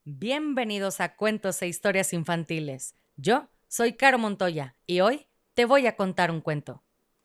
Bienvenidos a Cuentos e Historias Infantiles. Yo soy Caro Montoya y hoy te voy a contar un cuento.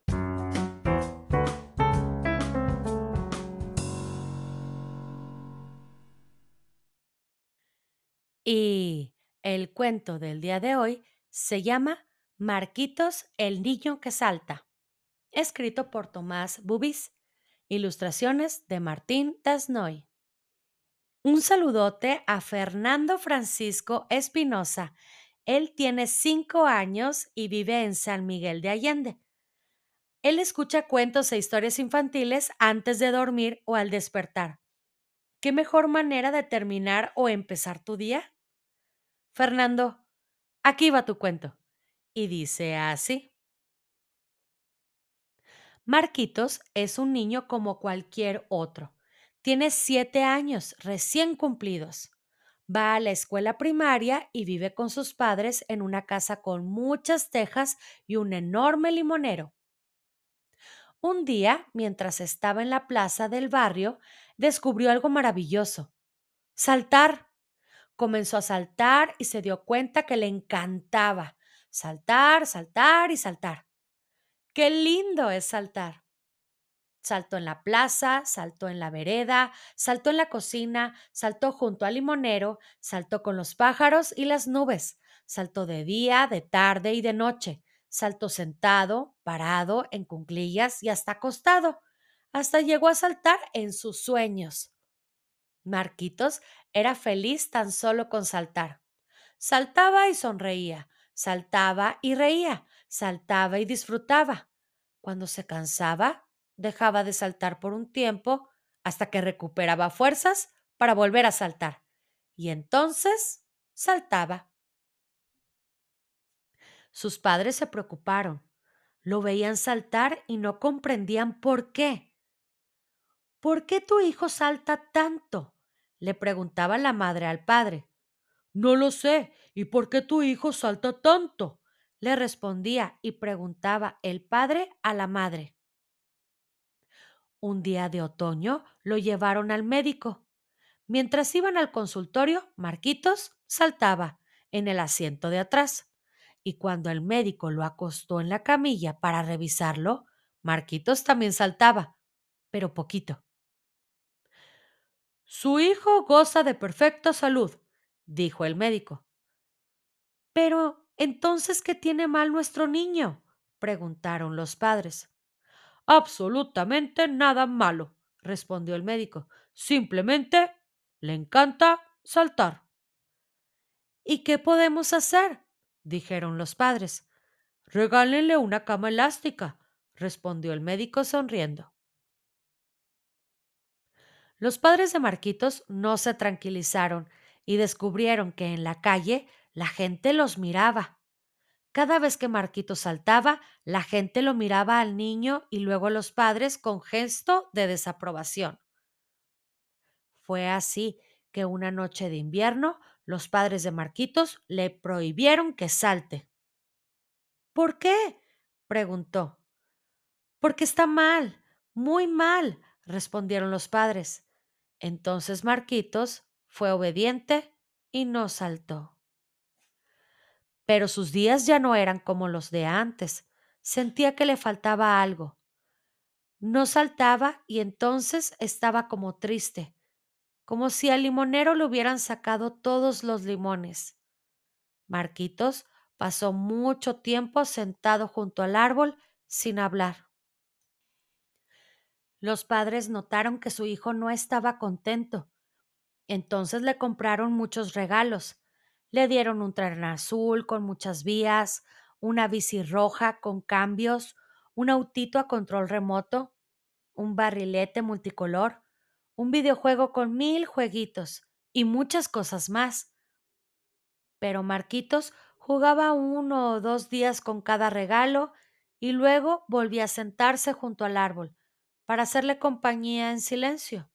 Y el cuento del día de hoy se llama Marquitos, el niño que salta, escrito por Tomás Bubis, ilustraciones de Martín Tasnoy. Un saludote a Fernando Francisco Espinosa. Él tiene 5 años y vive en San Miguel de Allende. Él escucha cuentos e historias infantiles antes de dormir o al despertar. ¿Qué mejor manera de terminar o empezar tu día? Fernando, aquí va tu cuento. Y dice así. Marquitos es un niño como cualquier otro. Tiene 7 años recién cumplidos. Va a la escuela primaria y vive con sus padres en una casa con muchas tejas y un enorme limonero. Un día, mientras estaba en la plaza del barrio, descubrió algo maravilloso. Saltar. Comenzó a saltar y se dio cuenta que le encantaba. Saltar, saltar y saltar. ¡Qué lindo es saltar! Saltó en la plaza, saltó en la vereda, saltó en la cocina, saltó junto al limonero, saltó con los pájaros y las nubes, saltó de día, de tarde y de noche, saltó sentado, parado, en cuclillas y hasta acostado, hasta llegó a saltar en sus sueños. Marquitos era feliz tan solo con saltar. Saltaba y sonreía, saltaba y reía, saltaba y disfrutaba. Cuando se cansaba, dejaba de saltar por un tiempo hasta que recuperaba fuerzas para volver a saltar. Y entonces saltaba. Sus padres se preocuparon. Lo veían saltar y no comprendían por qué. ¿Por qué tu hijo salta tanto? Le preguntaba la madre al padre. No lo sé. ¿Y por qué tu hijo salta tanto? Le respondía y preguntaba el padre a la madre. Un día de otoño lo llevaron al médico. Mientras iban al consultorio, Marquitos saltaba en el asiento de atrás. Y cuando el médico lo acostó en la camilla para revisarlo, Marquitos también saltaba, pero poquito. Su hijo goza de perfecta salud, dijo el médico. Pero, entonces, ¿qué tiene mal nuestro niño? Preguntaron los padres. Absolutamente nada malo, respondió el médico. Simplemente le encanta saltar. ¿Y qué podemos hacer? Dijeron los padres. Regálenle una cama elástica, respondió el médico sonriendo. Los padres de Marquitos no se tranquilizaron y descubrieron que en la calle la gente los miraba. Cada vez que Marquitos saltaba, la gente lo miraba al niño y luego a los padres con gesto de desaprobación. Fue así que una noche de invierno los padres de Marquitos le prohibieron que salte. ¿Por qué? Preguntó. Porque está mal, muy mal, respondieron los padres. Entonces Marquitos fue obediente y no saltó. Pero sus días ya no eran como los de antes. Sentía que le faltaba algo. No saltaba y entonces estaba como triste, como si al limonero le hubieran sacado todos los limones. Marquitos pasó mucho tiempo sentado junto al árbol sin hablar. Los padres notaron que su hijo no estaba contento. Entonces le compraron muchos regalos. Le dieron un tren azul con muchas vías, una bici roja con cambios, un autito a control remoto, un barrilete multicolor, un videojuego con 1000 jueguitos y muchas cosas más. Pero Marquitos jugaba 1 o 2 días con cada regalo y luego volvía a sentarse junto al árbol para hacerle compañía en silencio.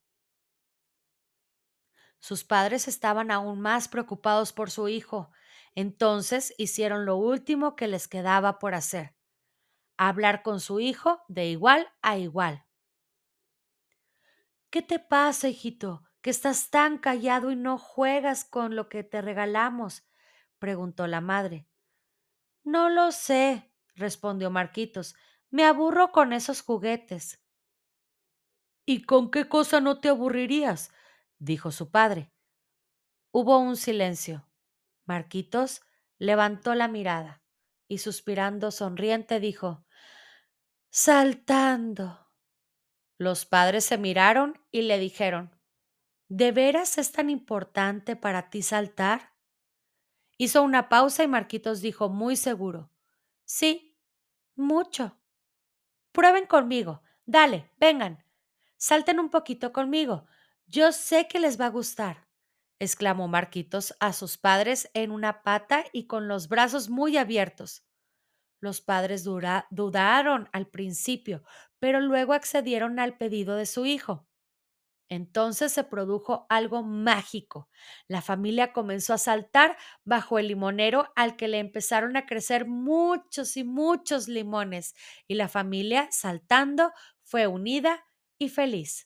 Sus padres estaban aún más preocupados por su hijo, entonces hicieron lo último que les quedaba por hacer, hablar con su hijo de igual a igual. ¿Qué te pasa, hijito? que estás tan callado y no juegas con lo que te regalamos? Preguntó la madre. No lo sé, respondió Marquitos. Me aburro con esos juguetes. ¿Y con qué cosa no te aburrirías? Dijo su padre. Hubo un silencio. Marquitos levantó la mirada y suspirando sonriente dijo, Saltando. Los padres se miraron y le dijeron, ¿de veras es tan importante para ti saltar? Hizo una pausa y Marquitos dijo muy seguro, sí, mucho. Prueben conmigo. Dale, vengan. Salten un poquito conmigo. Yo sé que les va a gustar, exclamó Marquitos a sus padres en una pata y con los brazos muy abiertos. Los padres dudaron al principio, pero luego accedieron al pedido de su hijo. Entonces se produjo algo mágico. La familia comenzó a saltar bajo el limonero al que le empezaron a crecer muchos y muchos limones, y la familia, saltando, fue unida y feliz.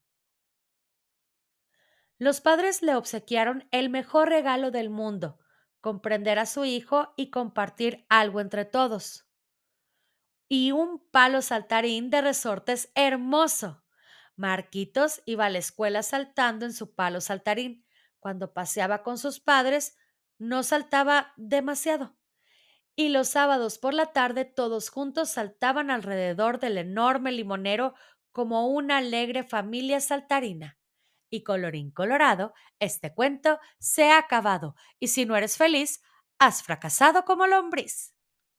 Los padres le obsequiaron el mejor regalo del mundo, comprender a su hijo y compartir algo entre todos. Y un palo saltarín de resortes hermoso. Marquitos iba a la escuela saltando en su palo saltarín. Cuando paseaba con sus padres, no saltaba demasiado. Y los sábados por la tarde todos juntos saltaban alrededor del enorme limonero como una alegre familia saltarina. Y colorín colorado, este cuento se ha acabado. Y si no eres feliz, has fracasado como lombriz.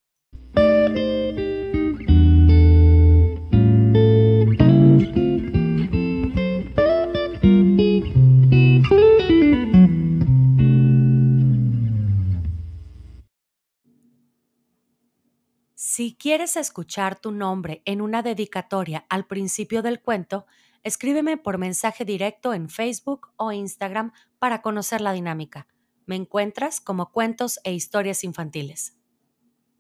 Si quieres escuchar tu nombre en una dedicatoria al principio del cuento, escríbeme por mensaje directo en Facebook o Instagram para conocer la dinámica. Me encuentras como Cuentos e Historias Infantiles.